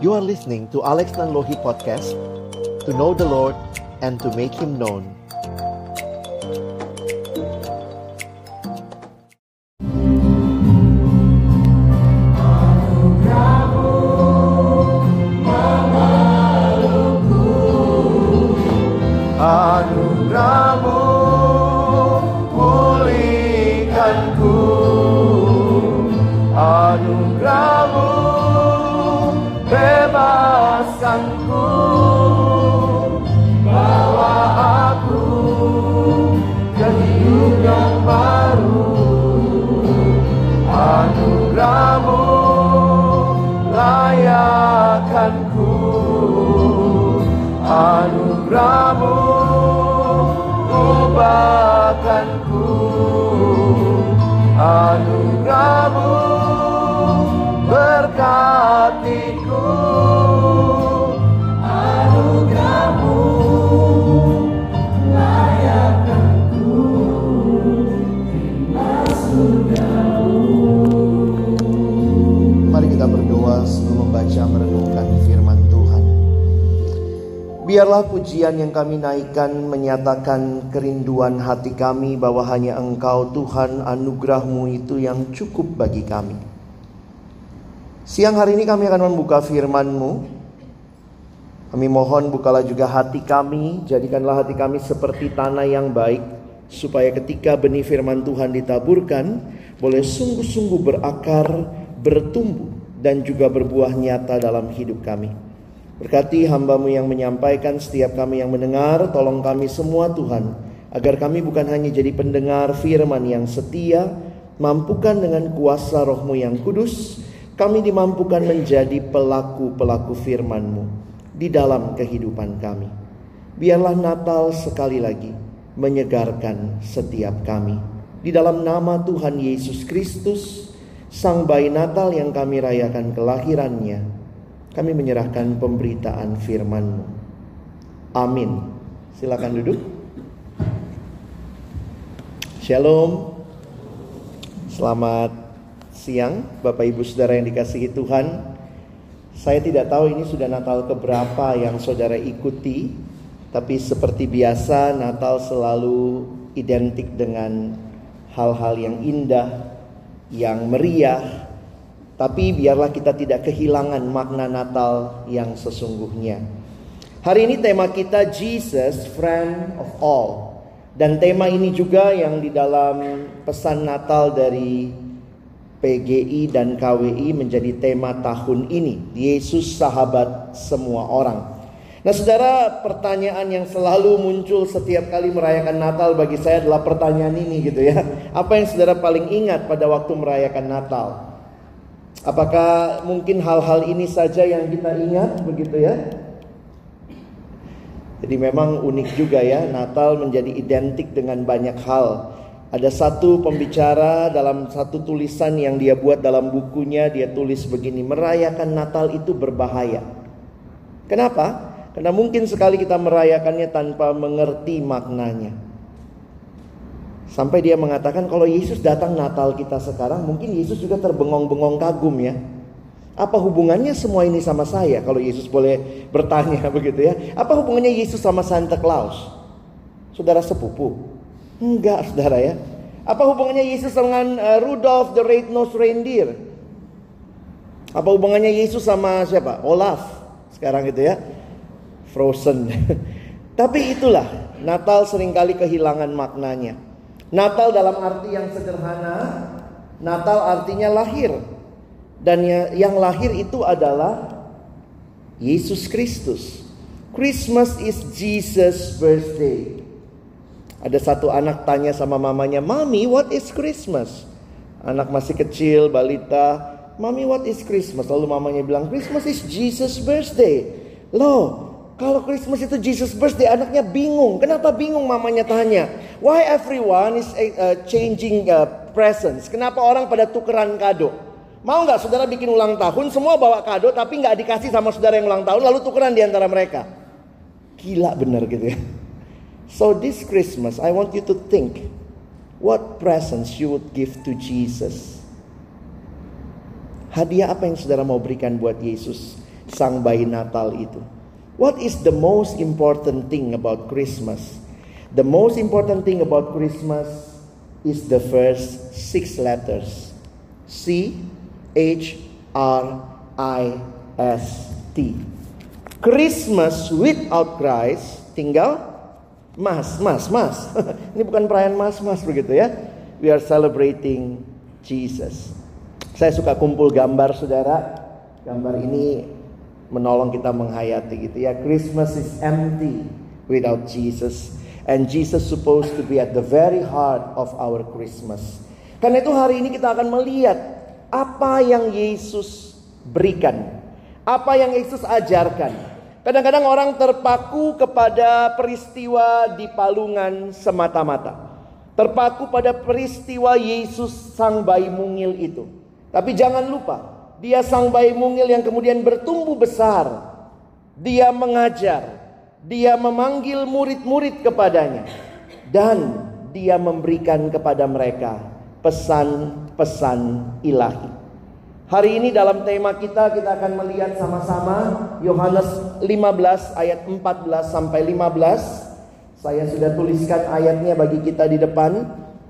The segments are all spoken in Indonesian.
You are listening to Alex Nanlohi Podcast, to know the Lord and to make Him known. Anugerahmu pulihkanku, anugerahmu bebaskanku, bawa aku ke hidup yang baru. Anugerahmu layakkanku, anugerahmu ubahkanku, anugerahmu berkatiku, anugerahmu layakkanku, terima surgamu. Mari kita berdoa sebelum membaca merenungkan firman Tuhan. Biarlah pujian yang kami naikkan menyatakan kerinduan hati kami bahwa hanya Engkau Tuhan, anugerah-Mu itu yang cukup bagi kami. Siang hari ini kami akan membuka firman-Mu. Kami mohon bukalah juga hati kami, jadikanlah hati kami seperti tanah yang baik, supaya ketika benih firman Tuhan ditaburkan, boleh sungguh-sungguh berakar, bertumbuh, dan juga berbuah nyata dalam hidup kami. Berkati hamba-Mu yang menyampaikan, setiap kami yang mendengar, tolong kami semua Tuhan, agar kami bukan hanya jadi pendengar firman yang setia, mampukan dengan kuasa Roh-Mu yang kudus, kami dimampukan menjadi pelaku-pelaku firman-Mu di dalam kehidupan kami. Biarlah Natal sekali lagi menyegarkan setiap kami. Di dalam nama Tuhan Yesus Kristus, Sang Bayi Natal yang kami rayakan kelahirannya, kami menyerahkan pemberitaan firman-Mu. Amin. Silakan duduk. Shalom. Selamat siang Bapak Ibu Saudara yang dikasihi Tuhan. Saya tidak tahu ini sudah Natal keberapa yang saudara ikuti, tapi seperti biasa Natal selalu identik dengan hal-hal yang indah, yang meriah. Tapi biarlah kita tidak kehilangan makna Natal yang sesungguhnya. Hari ini tema kita Jesus, Friend of All. Dan tema ini juga yang di dalam pesan Natal dari PGI dan KWI menjadi tema tahun ini. Yesus sahabat semua orang. Nah saudara, pertanyaan yang selalu muncul setiap kali merayakan Natal bagi saya adalah pertanyaan ini gitu ya. Apa yang saudara paling ingat pada waktu merayakan Natal? Apakah mungkin hal-hal ini saja yang kita ingat begitu ya? Jadi memang unik juga ya, Natal menjadi identik dengan banyak hal. Ada satu pembicara dalam satu tulisan yang dia buat dalam bukunya, dia tulis begini, merayakan Natal itu berbahaya. Kenapa? Karena mungkin sekali kita merayakannya tanpa mengerti maknanya. Sampai dia mengatakan kalau Yesus datang Natal kita sekarang, mungkin Yesus juga terbengong-bengong kagum ya. Apa hubungannya semua ini sama saya? Kalau Yesus boleh bertanya begitu ya. Apa hubungannya Yesus sama Santa Claus? Saudara sepupu? Enggak saudara ya. Apa hubungannya Yesus dengan Rudolph the Red-Nosed Reindeer? Apa hubungannya Yesus sama siapa? Olaf sekarang gitu ya. Frozen. Tapi itulah, Natal seringkali kehilangan maknanya. Natal dalam arti yang sederhana, Natal artinya lahir. Dan yang lahir itu adalah Yesus Kristus. Christmas is Jesus' birthday. Ada satu anak tanya sama mamanya, "Mami, what is Christmas?" Anak masih kecil, balita, "Mami, what is Christmas?" Lalu mamanya bilang, "Christmas is Jesus' birthday." Loh, kalau Christmas itu Jesus' birthday, anaknya bingung. Kenapa bingung mamanya tanya? Why everyone is changing presents? Kenapa orang pada tukeran kado? Mau gak saudara bikin ulang tahun, semua bawa kado tapi gak dikasih sama saudara yang ulang tahun, lalu tukeran di antara mereka? Gila bener gitu ya. So this Christmas, I want you to think, what presents you would give to Jesus? Hadiah apa yang saudara mau berikan buat Yesus? sang bayi Natal itu. What is the most important thing about Christmas? The most important thing about Christmas is the first 6 letters. C-H-R-I-S-T. Christmas without Christ, tinggal mas. Ini bukan perayaan mas begitu ya. We are celebrating Jesus. Saya suka kumpul gambar, saudara. Gambar ini menolong kita menghayati gitu ya. Christmas is empty without Jesus. And Jesus supposed to be at the very heart of our Christmas. Karena itu hari ini kita akan melihat apa yang Yesus berikan, apa yang Yesus ajarkan. Kadang-kadang orang terpaku kepada peristiwa di palungan semata-mata, terpaku pada peristiwa Yesus sang bayi mungil itu. Tapi jangan lupa, dia sang bayi mungil yang kemudian bertumbuh besar. Dia mengajar, dia memanggil murid-murid kepadanya, dan dia memberikan kepada mereka pesan-pesan ilahi. Hari ini dalam tema kita akan melihat sama-sama Yohanes 15 ayat 14 sampai 15. Saya sudah tuliskan ayatnya bagi kita di depan.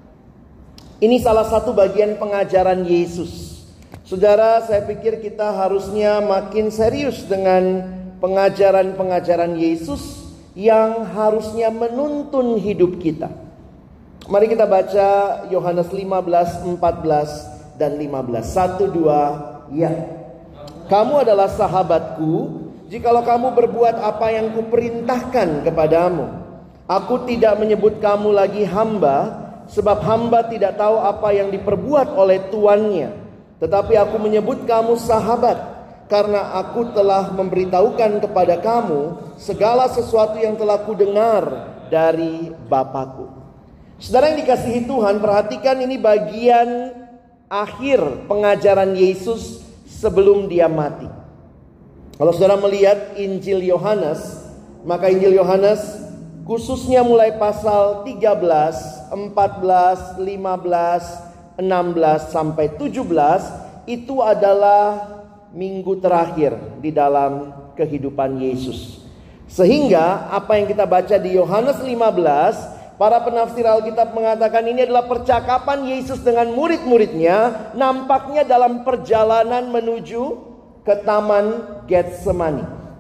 Ini salah satu bagian pengajaran Yesus. Saudara, saya pikir kita harusnya makin serius dengan pengajaran-pengajaran Yesus yang harusnya menuntun hidup kita. Mari kita baca Yohanes 15, 14 dan 15. 1, 2, ya. Kamu adalah sahabatku jikalau kamu berbuat apa yang kuperintahkan kepadamu. Aku tidak menyebut kamu lagi hamba, sebab hamba tidak tahu apa yang diperbuat oleh tuannya. Tetapi aku menyebut kamu sahabat, karena aku telah memberitahukan kepada kamu segala sesuatu yang telah kudengar dari Bapakku. Saudara yang dikasihi Tuhan, perhatikan ini bagian akhir pengajaran Yesus sebelum dia mati. Kalau saudara melihat Injil Yohanes, maka Injil Yohanes khususnya mulai pasal 13, 14, 15, 16 sampai 17 itu adalah minggu terakhir di dalam kehidupan Yesus. Sehingga apa yang kita baca di Yohanes 15, para penafsir Alkitab mengatakan ini adalah percakapan Yesus dengan murid-muridnya, nampaknya dalam perjalanan menuju ke Taman Getsemani.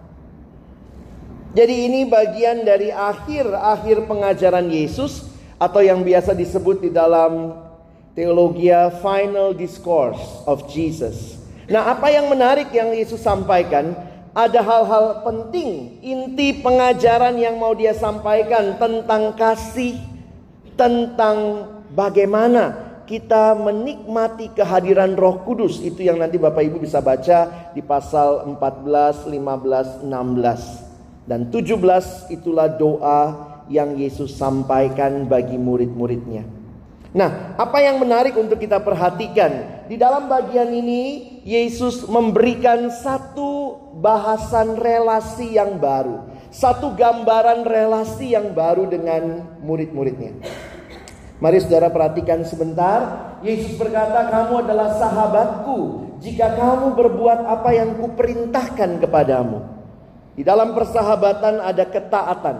Jadi ini bagian dari akhir pengajaran Yesus, atau yang biasa disebut di dalam teologia final discourse of Jesus. Nah, apa yang menarik yang Yesus sampaikan? Ada hal-hal penting, inti pengajaran yang mau dia sampaikan tentang kasih, tentang bagaimana kita menikmati kehadiran Roh Kudus. Itu yang nanti Bapak Ibu bisa baca di pasal 14, 15, 16. Dan 17 itulah doa yang Yesus sampaikan bagi murid-muridnya. Nah, apa yang menarik untuk kita perhatikan? Di dalam bagian ini, Yesus memberikan satu bahasan relasi yang baru. Satu gambaran relasi yang baru dengan murid-muridnya. Mari saudara perhatikan sebentar. Yesus berkata, kamu adalah sahabatku jika kamu berbuat apa yang kuperintahkan kepadamu. Di dalam persahabatan ada ketaatan.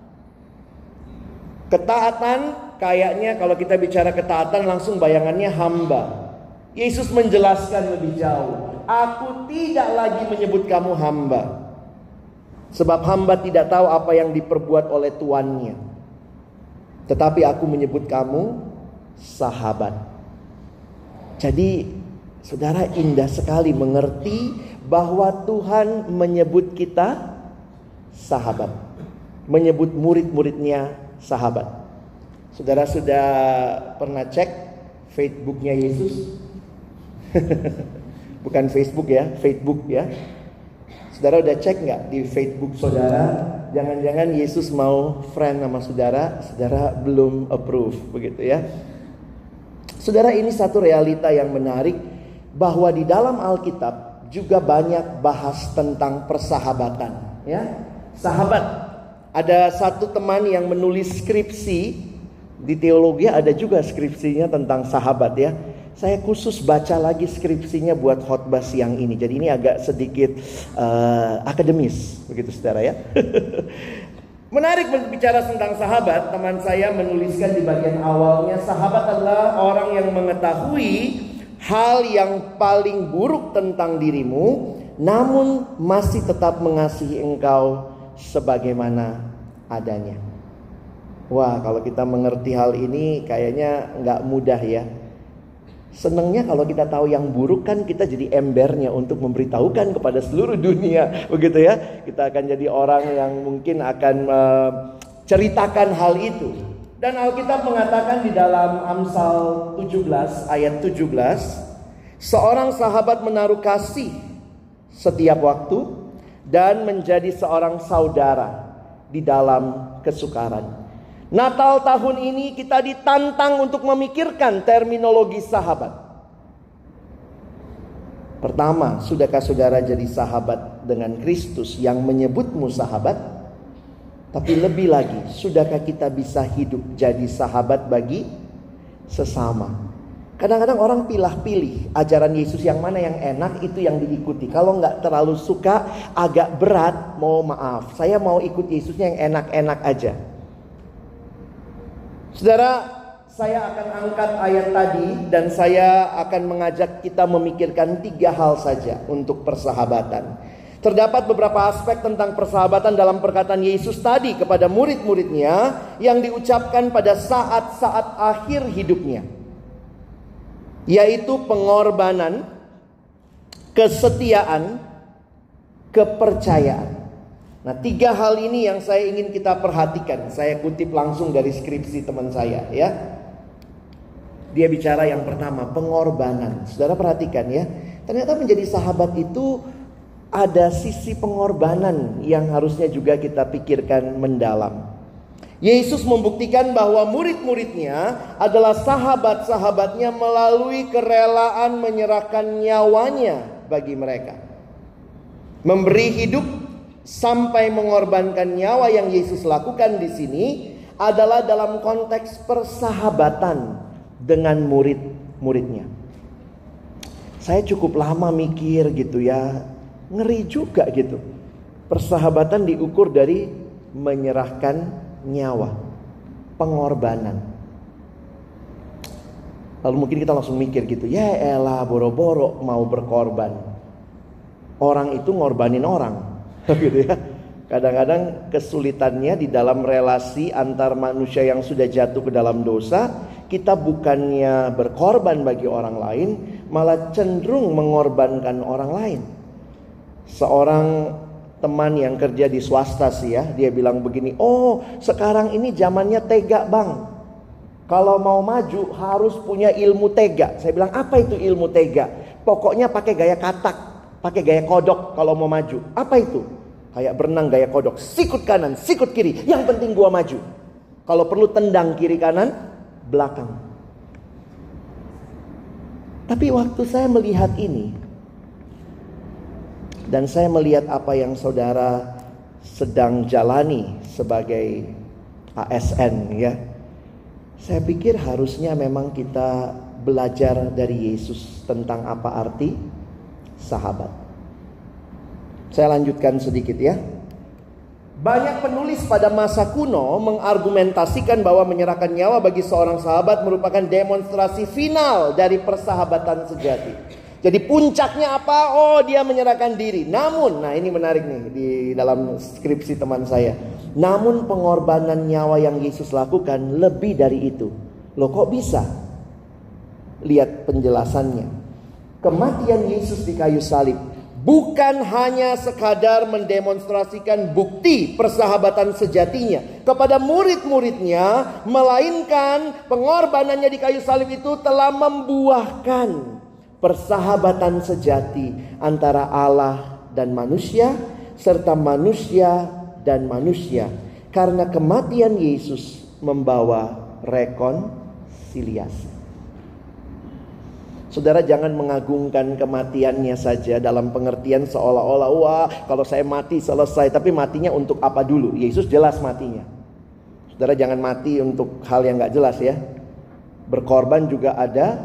Ketaatan kayaknya kalau kita bicara ketaatan langsung bayangannya hamba. Yesus menjelaskan lebih jauh. Aku tidak lagi menyebut kamu hamba, sebab hamba tidak tahu apa yang diperbuat oleh tuannya. Tetapi aku menyebut kamu sahabat. Jadi saudara, indah sekali mengerti bahwa Tuhan menyebut kita sahabat, menyebut murid-muridnya sahabat. Saudara sudah pernah cek Facebooknya Yesus? Bukan Facebook ya, Facebook ya. Saudara udah cek nggak di Facebook saudara? Jangan-jangan Yesus mau friend sama saudara, saudara belum approve, begitu ya. Saudara, ini satu realita yang menarik, bahwa di dalam Alkitab juga banyak bahas tentang persahabatan, ya. Sahabat, ada satu teman yang menulis skripsi di teologi, ada juga skripsinya tentang sahabat ya. Saya khusus baca lagi skripsinya buat khotbah siang ini. Jadi ini agak sedikit akademis, begitu saudara ya. Menarik berbicara tentang sahabat. Teman saya menuliskan di bagian awalnya, sahabat adalah orang yang mengetahui hal yang paling buruk tentang dirimu, namun masih tetap mengasihi engkau sebagaimana adanya. Wah, kalau kita mengerti hal ini kayaknya nggak mudah ya. Senangnya kalau kita tahu yang buruk kan kita jadi embernya untuk memberitahukan kepada seluruh dunia, begitu ya. Kita akan jadi orang yang mungkin akan ceritakan hal itu. Dan Alkitab mengatakan di dalam Amsal 17 ayat 17, seorang sahabat menaruh kasih setiap waktu dan menjadi seorang saudara di dalam kesukaran. Natal tahun ini kita ditantang untuk memikirkan terminologi sahabat. Pertama, sudahkah saudara jadi sahabat dengan Kristus yang menyebutmu sahabat? Tapi lebih lagi, sudahkah kita bisa hidup jadi sahabat bagi sesama? Kadang-kadang orang pilih-pilih ajaran Yesus yang mana yang enak itu yang diikuti. Kalau nggak terlalu suka, agak berat, mau maaf. Saya mau ikut Yesusnya yang enak-enak aja. Saudara, saya akan angkat ayat tadi dan saya akan mengajak kita memikirkan 3 hal saja untuk persahabatan. Terdapat beberapa aspek tentang persahabatan dalam perkataan Yesus tadi kepada murid-muridnya yang diucapkan pada saat-saat akhir hidupnya, yaitu pengorbanan, kesetiaan, kepercayaan. Nah, 3 hal ini yang saya ingin kita perhatikan. Saya kutip langsung dari skripsi teman saya ya. Dia bicara yang pertama, pengorbanan. Saudara perhatikan ya. Ternyata menjadi sahabat itu ada sisi pengorbanan yang harusnya juga kita pikirkan mendalam. Yesus membuktikan bahwa murid-muridnya adalah sahabat-sahabatnya melalui kerelaan menyerahkan nyawanya bagi mereka. Memberi hidup sampai mengorbankan nyawa yang Yesus lakukan di sini adalah dalam konteks persahabatan dengan murid-muridnya. Saya cukup lama mikir gitu ya, ngeri juga gitu. Persahabatan diukur dari menyerahkan nyawa, pengorbanan. Lalu mungkin kita langsung mikir gitu, ya elah boro-boro mau berkorban. Orang itu ngorbanin orang. Gitu ya. Kadang-kadang kesulitannya di dalam relasi antar manusia yang sudah jatuh ke dalam dosa, kita bukannya berkorban bagi orang lain, malah cenderung mengorbankan orang lain. Seorang teman yang kerja di swasta sih ya, dia bilang begini, oh sekarang ini zamannya tega bang, kalau mau maju harus punya ilmu tega. Saya bilang, apa itu ilmu tega? Pokoknya pakai gaya katak, pakai gaya kodok kalau mau maju. Apa itu? Kayak berenang gaya kodok, sikut kanan, sikut kiri, yang penting gua maju. Kalau perlu tendang kiri kanan, belakang. Tapi waktu saya melihat ini, dan saya melihat apa yang saudara sedang jalani sebagai ASN ya, saya pikir harusnya memang kita belajar dari Yesus tentang apa arti sahabat. Saya lanjutkan sedikit ya. Banyak penulis pada masa kuno mengargumentasikan bahwa menyerahkan nyawa bagi seorang sahabat merupakan demonstrasi final dari persahabatan sejati. Jadi puncaknya apa? Oh, dia menyerahkan diri. Namun, nah ini menarik nih di dalam skripsi teman saya. Namun pengorbanan nyawa yang Yesus lakukan lebih dari itu. Loh kok bisa? Lihat penjelasannya. Kematian Yesus di kayu salib bukan hanya sekadar mendemonstrasikan bukti persahabatan sejatinya kepada murid-muridnya, melainkan pengorbanannya di kayu salib itu telah membuahkan persahabatan sejati antara Allah dan manusia, serta manusia dan manusia. Karena kematian Yesus membawa rekonsiliasi. Saudara jangan mengagungkan kematiannya saja dalam pengertian seolah-olah wah kalau saya mati selesai. Tapi matinya untuk apa dulu? Yesus jelas matinya. Saudara jangan mati untuk hal yang gak jelas ya. Berkorban juga ada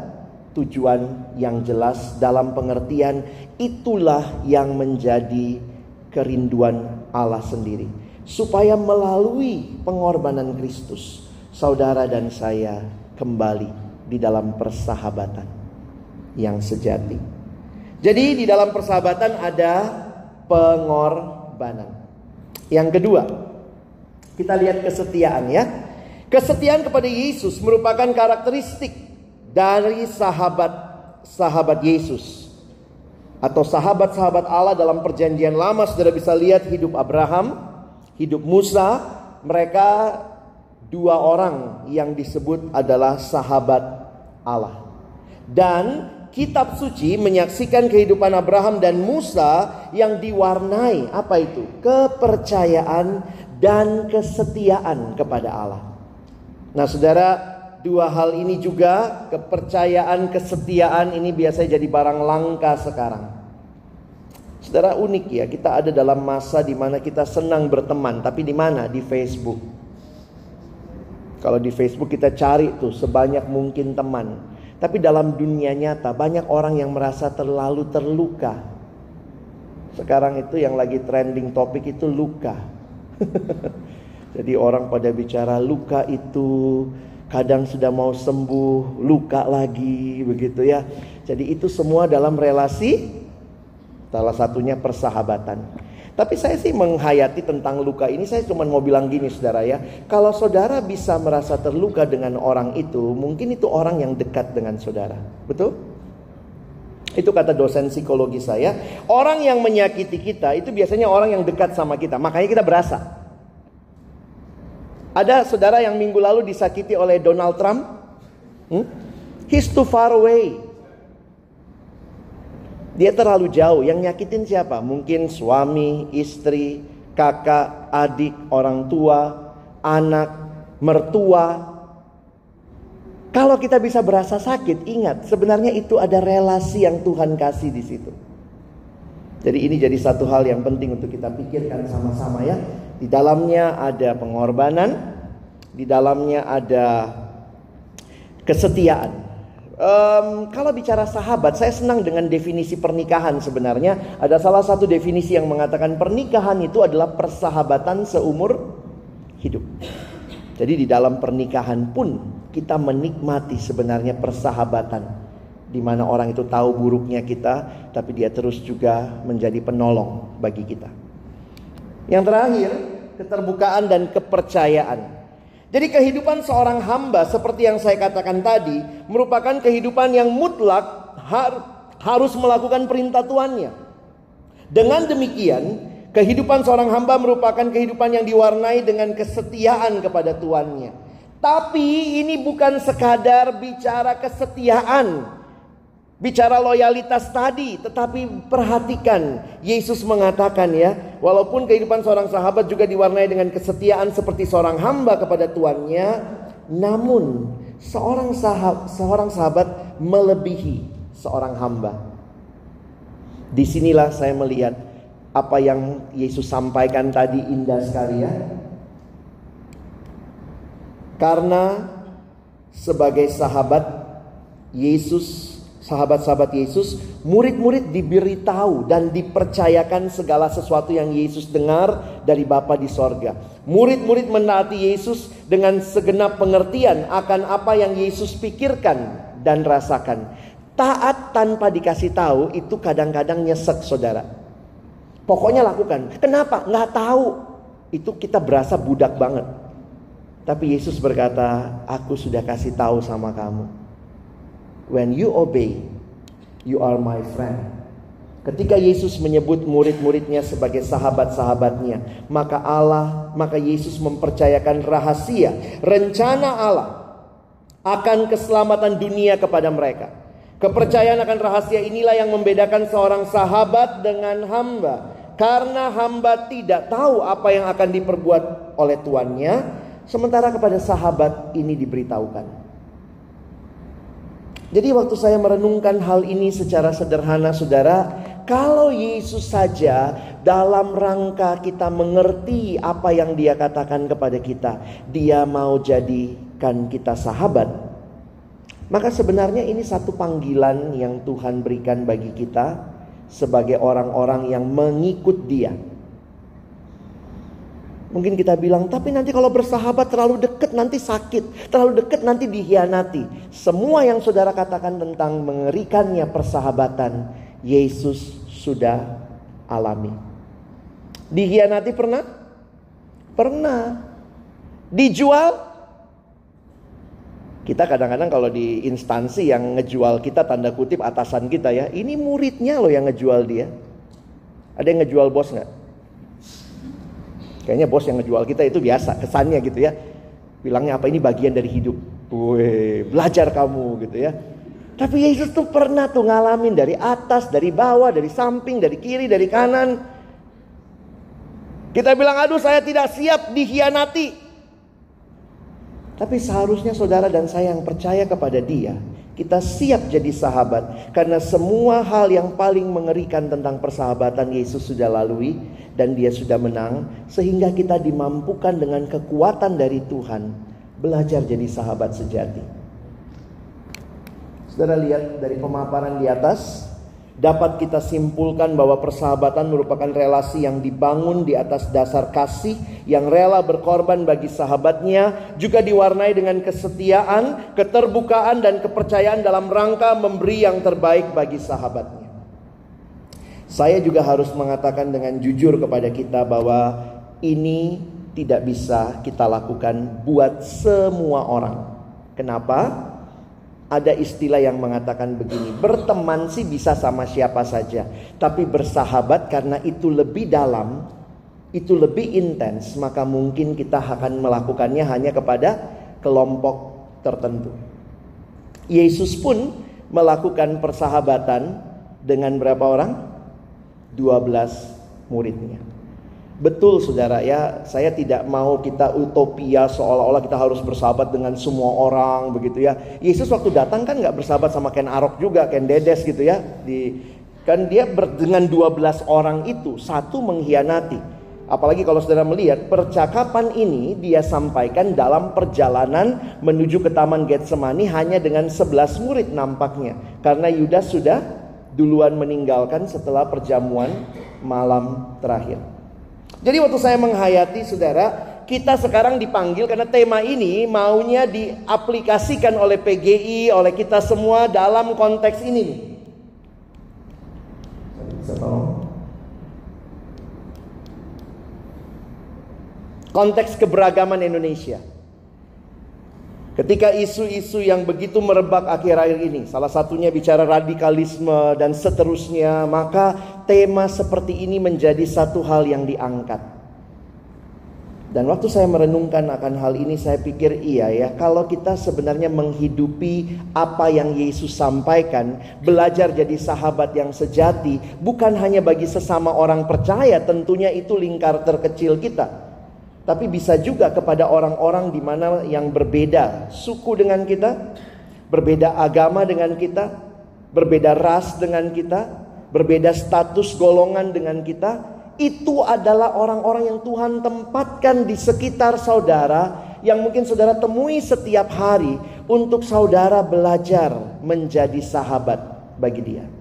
tujuan yang jelas dalam pengertian itulah yang menjadi kerinduan Allah sendiri. Supaya melalui pengorbanan Kristus, saudara dan saya kembali di dalam persahabatan yang sejati. Jadi di dalam persahabatan ada pengorbanan. Yang kedua, kita lihat kesetiaan ya. Kesetiaan kepada Yesus merupakan karakteristik dari sahabat Yesus. Atau sahabat-sahabat Allah dalam perjanjian lama. Saudara bisa lihat hidup Abraham, hidup Musa. Mereka dua orang yang disebut adalah sahabat Allah. Dan kitab suci menyaksikan kehidupan Abraham dan Musa yang diwarnai apa itu? Kepercayaan dan kesetiaan kepada Allah. Nah saudara, dua hal ini juga, kepercayaan, kesetiaan ini biasanya jadi barang langka sekarang. Saudara, unik ya, kita ada dalam masa di mana kita senang berteman, tapi di mana? Di Facebook. Kalau di Facebook kita cari tuh sebanyak mungkin teman. Tapi dalam dunia nyata banyak orang yang merasa terlalu terluka. Sekarang itu yang lagi trending topik itu luka. Jadi orang pada bicara luka itu kadang sudah mau sembuh, luka lagi, begitu ya. Jadi itu semua dalam relasi, salah satunya persahabatan. Tapi saya sih menghayati tentang luka ini, saya cuma mau bilang gini saudara ya. Kalau saudara bisa merasa terluka dengan orang itu, mungkin itu orang yang dekat dengan saudara. Betul? Itu kata dosen psikologi saya. Orang yang menyakiti kita itu biasanya orang yang dekat sama kita. Makanya kita berasa. Ada saudara yang minggu lalu disakiti oleh Donald Trump. He's too far away. Dia terlalu jauh. Yang nyakitin siapa? Mungkin suami, istri, kakak, adik, orang tua, anak, mertua. Kalau kita bisa berasa sakit, ingat sebenarnya itu ada relasi yang Tuhan kasih di situ. Jadi ini jadi satu hal yang penting untuk kita pikirkan sama-sama ya. Di dalamnya ada pengorbanan, di dalamnya ada kesetiaan. Kalau bicara sahabat, saya senang dengan definisi pernikahan sebenarnya. Ada salah satu definisi yang mengatakan pernikahan itu adalah persahabatan seumur hidup. Jadi di dalam pernikahan pun kita menikmati sebenarnya persahabatan, di mana orang itu tahu buruknya kita, tapi dia terus juga menjadi penolong bagi kita. Yang terakhir, keterbukaan dan kepercayaan. Jadi kehidupan seorang hamba seperti yang saya katakan tadi merupakan kehidupan yang mutlak harus melakukan perintah tuannya. Dengan demikian, kehidupan seorang hamba merupakan kehidupan yang diwarnai dengan kesetiaan kepada tuannya. Tapi ini bukan sekadar bicara kesetiaan, bicara loyalitas tadi, tetapi perhatikan Yesus mengatakan ya, walaupun kehidupan seorang sahabat juga diwarnai dengan kesetiaan seperti seorang hamba kepada tuannya, namun seorang sahabat melebihi seorang hamba. Disinilah saya melihat apa yang Yesus sampaikan tadi indah sekali ya. Karena sebagai sahabat Yesus, sahabat-sahabat Yesus, murid-murid diberitahu dan dipercayakan segala sesuatu yang Yesus dengar dari Bapa di sorga. Murid-murid menaati Yesus dengan segenap pengertian akan apa yang Yesus pikirkan dan rasakan. Taat tanpa dikasih tahu itu kadang-kadang nyesek saudara. Pokoknya lakukan. Kenapa? Nggak tahu. Itu kita berasa budak banget. Tapi Yesus berkata, aku sudah kasih tahu sama kamu. When you obey, you are my friend. Ketika Yesus menyebut murid-muridnya sebagai sahabat-sahabatnya, maka Yesus mempercayakan rahasia, rencana Allah akan keselamatan dunia kepada mereka. Kepercayaan akan rahasia inilah yang membedakan seorang sahabat dengan hamba. Karena hamba tidak tahu apa yang akan diperbuat oleh tuannya, sementara kepada sahabat ini diberitahukan. Jadi waktu saya merenungkan hal ini secara sederhana saudara, kalau Yesus saja dalam rangka kita mengerti apa yang dia katakan kepada kita, dia mau jadikan kita sahabat. Maka sebenarnya ini satu panggilan yang Tuhan berikan bagi kita sebagai orang-orang yang mengikut Dia. Mungkin kita bilang, tapi nanti kalau bersahabat terlalu dekat nanti sakit, terlalu dekat nanti dihianati. Semua yang saudara katakan tentang mengerikannya persahabatan, Yesus sudah alami. Dihianati pernah? Pernah. Dijual? Kita kadang-kadang kalau di instansi yang ngejual kita, tanda kutip atasan kita ya, ini muridnya loh yang ngejual dia. Ada yang ngejual bos gak? Kayaknya bos yang ngejual kita itu biasa, kesannya gitu ya. Bilangnya apa, ini bagian dari hidup. Wih, belajar kamu gitu ya. Tapi Yesus tuh pernah tuh ngalamin dari atas, dari bawah, dari samping, dari kiri, dari kanan. Kita bilang, aduh saya tidak siap dikhianati. Tapi seharusnya saudara dan saya yang percaya kepada Dia, kita siap jadi sahabat. Karena semua hal yang paling mengerikan tentang persahabatan Yesus sudah lalui dan Dia sudah menang. Sehingga kita dimampukan dengan kekuatan dari Tuhan belajar jadi sahabat sejati. Saudara lihat dari pemaparan di atas, dapat kita simpulkan bahwa persahabatan merupakan relasi yang dibangun di atas dasar kasih, yang rela berkorban bagi sahabatnya, juga diwarnai dengan kesetiaan, keterbukaan, dan kepercayaan dalam rangka memberi yang terbaik bagi sahabatnya. Saya juga harus mengatakan dengan jujur kepada kita bahwa ini tidak bisa kita lakukan buat semua orang. Kenapa? Ada istilah yang mengatakan begini, berteman sih bisa sama siapa saja, tapi bersahabat karena itu lebih dalam, itu lebih intens, maka mungkin kita akan melakukannya hanya kepada kelompok tertentu. Yesus pun melakukan persahabatan dengan berapa orang? 12 muridnya. Betul saudara ya, saya tidak mau kita utopia seolah-olah kita harus bersahabat dengan semua orang begitu ya. Yesus waktu datang kan gak bersahabat sama Ken Arok juga, Ken Dedes gitu ya. Kan dia dengan 12 orang itu, satu mengkhianati. Apalagi kalau saudara melihat percakapan ini dia sampaikan dalam perjalanan menuju ke Taman Getsemani hanya dengan 11 murid nampaknya. Karena Yudas sudah duluan meninggalkan setelah perjamuan malam terakhir. Jadi waktu saya menghayati saudara, kita sekarang dipanggil karena tema ini maunya diaplikasikan oleh PGI, oleh kita semua dalam konteks ini nih. Bisa tolong? Konteks keberagaman Indonesia. Ketika isu-isu yang begitu merebak akhir-akhir ini, salah satunya bicara radikalisme dan seterusnya, maka tema seperti ini menjadi satu hal yang diangkat. Dan waktu saya merenungkan akan hal ini, saya pikir iya ya, kalau kita sebenarnya menghidupi apa yang Yesus sampaikan, belajar jadi sahabat yang sejati, bukan hanya bagi sesama orang percaya, tentunya itu lingkar terkecil kita. Tapi bisa juga kepada orang-orang di mana yang berbeda suku dengan kita, berbeda agama dengan kita, berbeda ras dengan kita, berbeda status golongan dengan kita. Itu adalah orang-orang yang Tuhan tempatkan di sekitar saudara, yang mungkin saudara temui setiap hari untuk saudara belajar menjadi sahabat bagi dia.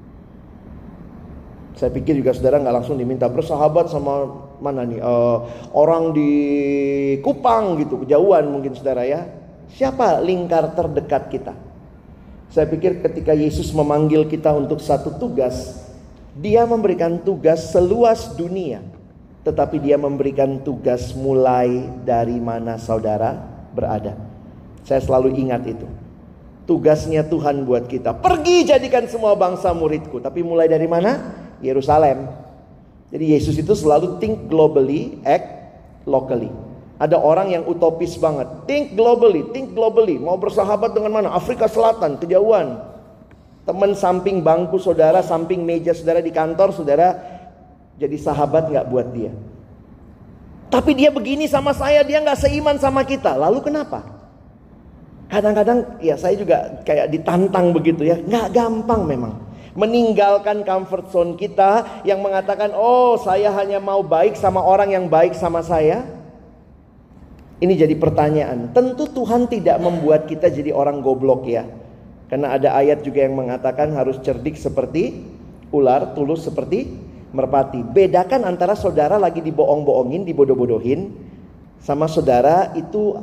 Saya pikir juga saudara gak langsung diminta bersahabat sama mana nih, orang di Kupang gitu, kejauhan mungkin saudara ya. Siapa lingkar terdekat kita? Saya pikir ketika Yesus memanggil kita untuk satu tugas, Dia memberikan tugas seluas dunia, tetapi Dia memberikan tugas mulai dari mana saudara berada. Saya selalu ingat itu. Tugasnya Tuhan buat kita, pergi jadikan semua bangsa muridku. Tapi mulai dari mana? Yerusalem. Jadi Yesus itu selalu think globally, act locally. Ada orang yang utopis banget, think globally. Mau bersahabat dengan mana? Afrika Selatan, kejauhan. Teman samping bangku saudara, samping meja saudara di kantor saudara, jadi sahabat gak buat dia. Tapi dia begini sama saya, dia gak seiman sama kita. Lalu kenapa? Kadang-kadang ya saya juga kayak ditantang begitu ya. Gak gampang memang meninggalkan comfort zone kita yang mengatakan, oh saya hanya mau baik sama orang yang baik sama saya. Ini jadi pertanyaan. Tentu Tuhan tidak membuat kita jadi orang goblok ya. Karena ada ayat juga yang mengatakan harus cerdik seperti ular, tulus seperti merpati. Bedakan antara saudara lagi dibohong-bohongin, dibodoh-bodohin, sama saudara itu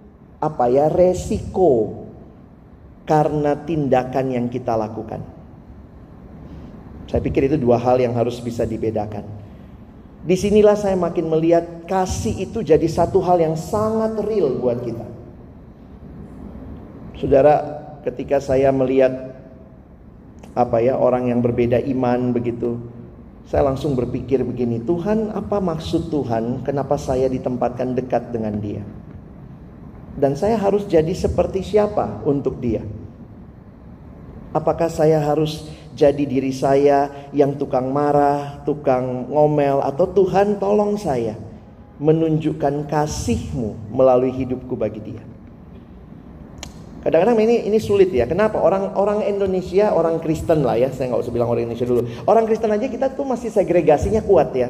resiko karena tindakan yang kita lakukan. Saya pikir itu dua hal yang harus bisa dibedakan. Disinilah saya makin melihat kasih itu jadi satu hal yang sangat real buat kita. Saudara, ketika saya melihat orang yang berbeda iman begitu, saya langsung berpikir begini, Tuhan, apa maksud Tuhan? Kenapa saya ditempatkan dekat dengan Dia? Dan saya harus jadi seperti siapa untuk Dia? Apakah saya harus jadi diri saya yang tukang marah, tukang ngomel, atau Tuhan tolong saya menunjukkan kasih-Mu melalui hidupku bagi Dia? Kadang-kadang ini sulit ya. Kenapa? Orang Indonesia, orang Kristen lah ya. Saya nggak usah bilang orang Indonesia dulu. Orang Kristen aja kita tuh masih segregasinya kuat ya.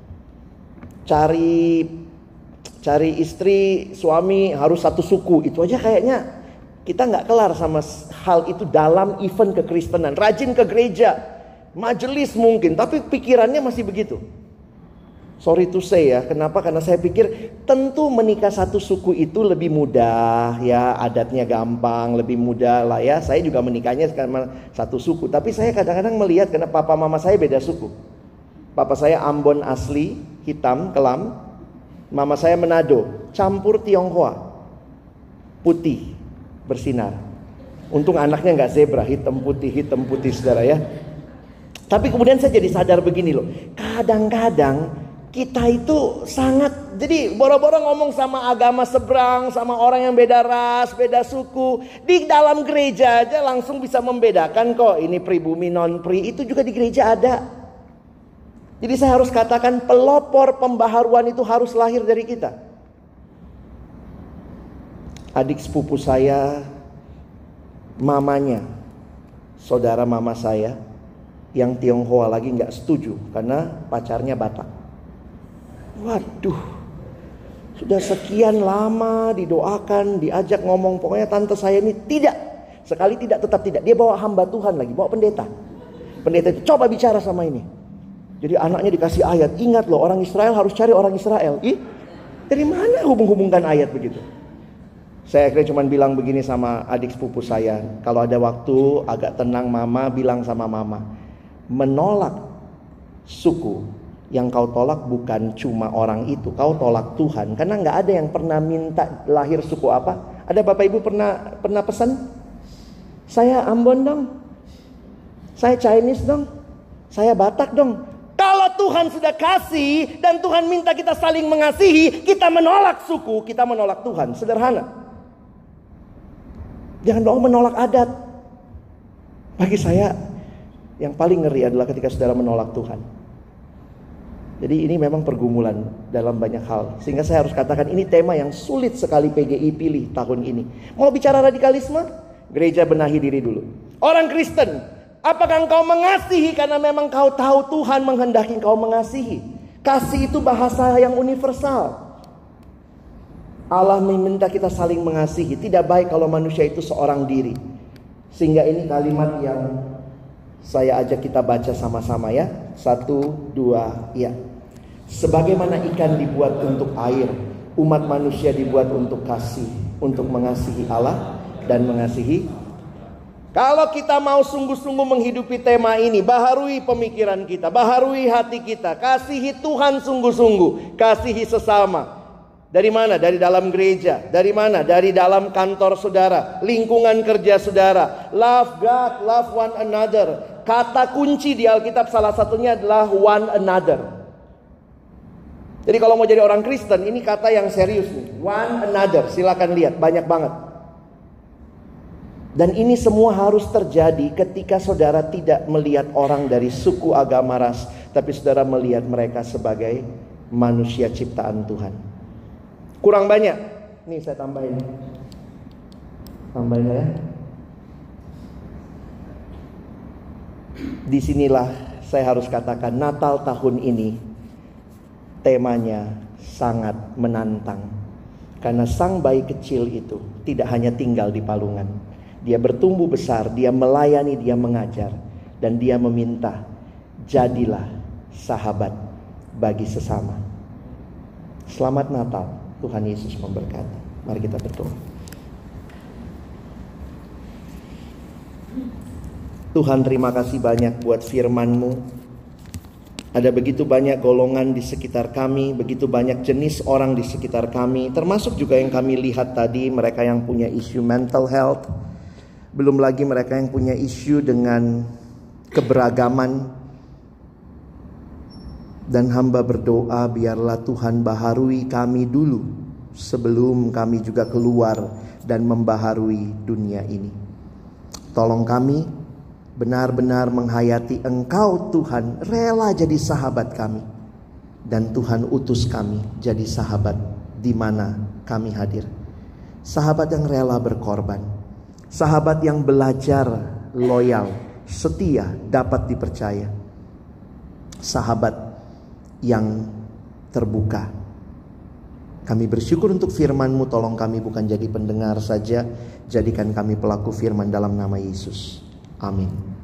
Cari istri, suami harus satu suku. Itu aja kayaknya kita nggak kelar sama hal itu dalam event kekristenan. Rajin ke gereja, majelis mungkin, tapi pikirannya masih begitu. Sorry to say ya, kenapa? Karena saya pikir tentu menikah satu suku itu lebih mudah ya, adatnya gampang, lebih mudah lah ya. Saya juga menikahnya karena satu suku, tapi saya kadang-kadang melihat karena papa mama saya beda suku. Papa saya Ambon asli, hitam, kelam. Mama saya Manado, campur Tionghoa, putih, bersinar. Untung anaknya nggak zebra, hitam putih saudara ya. Tapi kemudian saya jadi sadar begini loh, kadang-kadang kita itu sangat, jadi boro-boro ngomong sama agama seberang, sama orang yang beda ras, beda suku. Di dalam gereja aja langsung bisa membedakan kok, ini pribumi non-pri, itu juga di gereja ada. Jadi saya harus katakan pelopor pembaharuan itu harus lahir dari kita. Adik sepupu saya, mamanya, saudara mama saya, yang Tionghoa lagi gak setuju karena pacarnya Batak. Waduh, sudah sekian lama didoakan, diajak ngomong, pokoknya tante saya ini tidak. Sekali tidak, tetap tidak. Dia bawa hamba Tuhan lagi, bawa pendeta. Pendeta itu coba bicara sama ini. Jadi anaknya dikasih ayat. Ingat loh, orang Israel harus cari orang Israel. Dari mana hubung-hubungkan ayat begitu? Saya akhirnya cuma bilang begini sama adik sepupu saya. Kalau ada waktu agak tenang mama, bilang sama mama, menolak suku yang kau tolak bukan cuma orang itu, kau tolak Tuhan. Karena gak ada yang pernah minta lahir suku apa. Ada bapak ibu pernah pesan, saya Ambon dong, saya Chinese dong, saya Batak dong. Kalau Tuhan sudah kasih dan Tuhan minta kita saling mengasihi, kita menolak suku, kita menolak Tuhan. Sederhana. Jangan dong menolak adat. Bagi saya yang paling ngeri adalah ketika saudara menolak Tuhan. Jadi ini memang pergumulan dalam banyak hal. Sehingga saya harus katakan ini tema yang sulit sekali PGI pilih tahun ini. Mau bicara radikalisme? Gereja benahi diri dulu. Orang Kristen, apakah engkau mengasihi karena memang kau tahu Tuhan menghendaki engkau mengasihi? Kasih itu bahasa yang universal. Allah meminta kita saling mengasihi. Tidak baik kalau manusia itu seorang diri. Sehingga ini kalimat yang saya ajak kita baca sama-sama ya. 1, 2, ya. Sebagaimana ikan dibuat untuk air, umat manusia dibuat untuk kasih, untuk mengasihi Allah dan mengasihi. Kalau kita mau sungguh-sungguh menghidupi tema ini, baharui pemikiran kita, baharui hati kita, kasihi Tuhan sungguh-sungguh, kasihi sesama. Dari mana? Dari dalam gereja. Dari mana? Dari dalam kantor saudara, lingkungan kerja saudara. Love God, love one another. Kata kunci di Alkitab salah satunya adalah one another. Jadi kalau mau jadi orang Kristen, ini kata yang serius nih. One another, silakan lihat, banyak banget. Dan ini semua harus terjadi ketika saudara tidak melihat orang dari suku, agama, ras, tapi saudara melihat mereka sebagai manusia ciptaan Tuhan. Kurang banyak. Nih saya tambahin. Tambahin ya. Disinilah saya harus katakan Natal tahun ini temanya sangat menantang. Karena sang bayi kecil itu tidak hanya tinggal di palungan. Dia bertumbuh besar, dia melayani, dia mengajar. Dan dia meminta, jadilah sahabat bagi sesama. Selamat Natal, Tuhan Yesus memberkati. Mari kita berdoa. Tuhan, terima kasih banyak buat firman-Mu. Ada begitu banyak golongan di sekitar kami, begitu banyak jenis orang di sekitar kami, termasuk juga yang kami lihat tadi, mereka yang punya isu mental health, belum lagi mereka yang punya isu dengan keberagaman. Dan hamba berdoa, biarlah Tuhan baharui kami dulu sebelum kami juga keluar dan membaharui dunia ini. Tolong kami benar-benar menghayati Engkau Tuhan, rela jadi sahabat kami. Dan Tuhan utus kami jadi sahabat di mana kami hadir. Sahabat yang rela berkorban. Sahabat yang belajar loyal, setia, dapat dipercaya. Sahabat yang terbuka. Kami bersyukur untuk firman-Mu, tolong kami bukan jadi pendengar saja, jadikan kami pelaku firman dalam nama Yesus. Amin.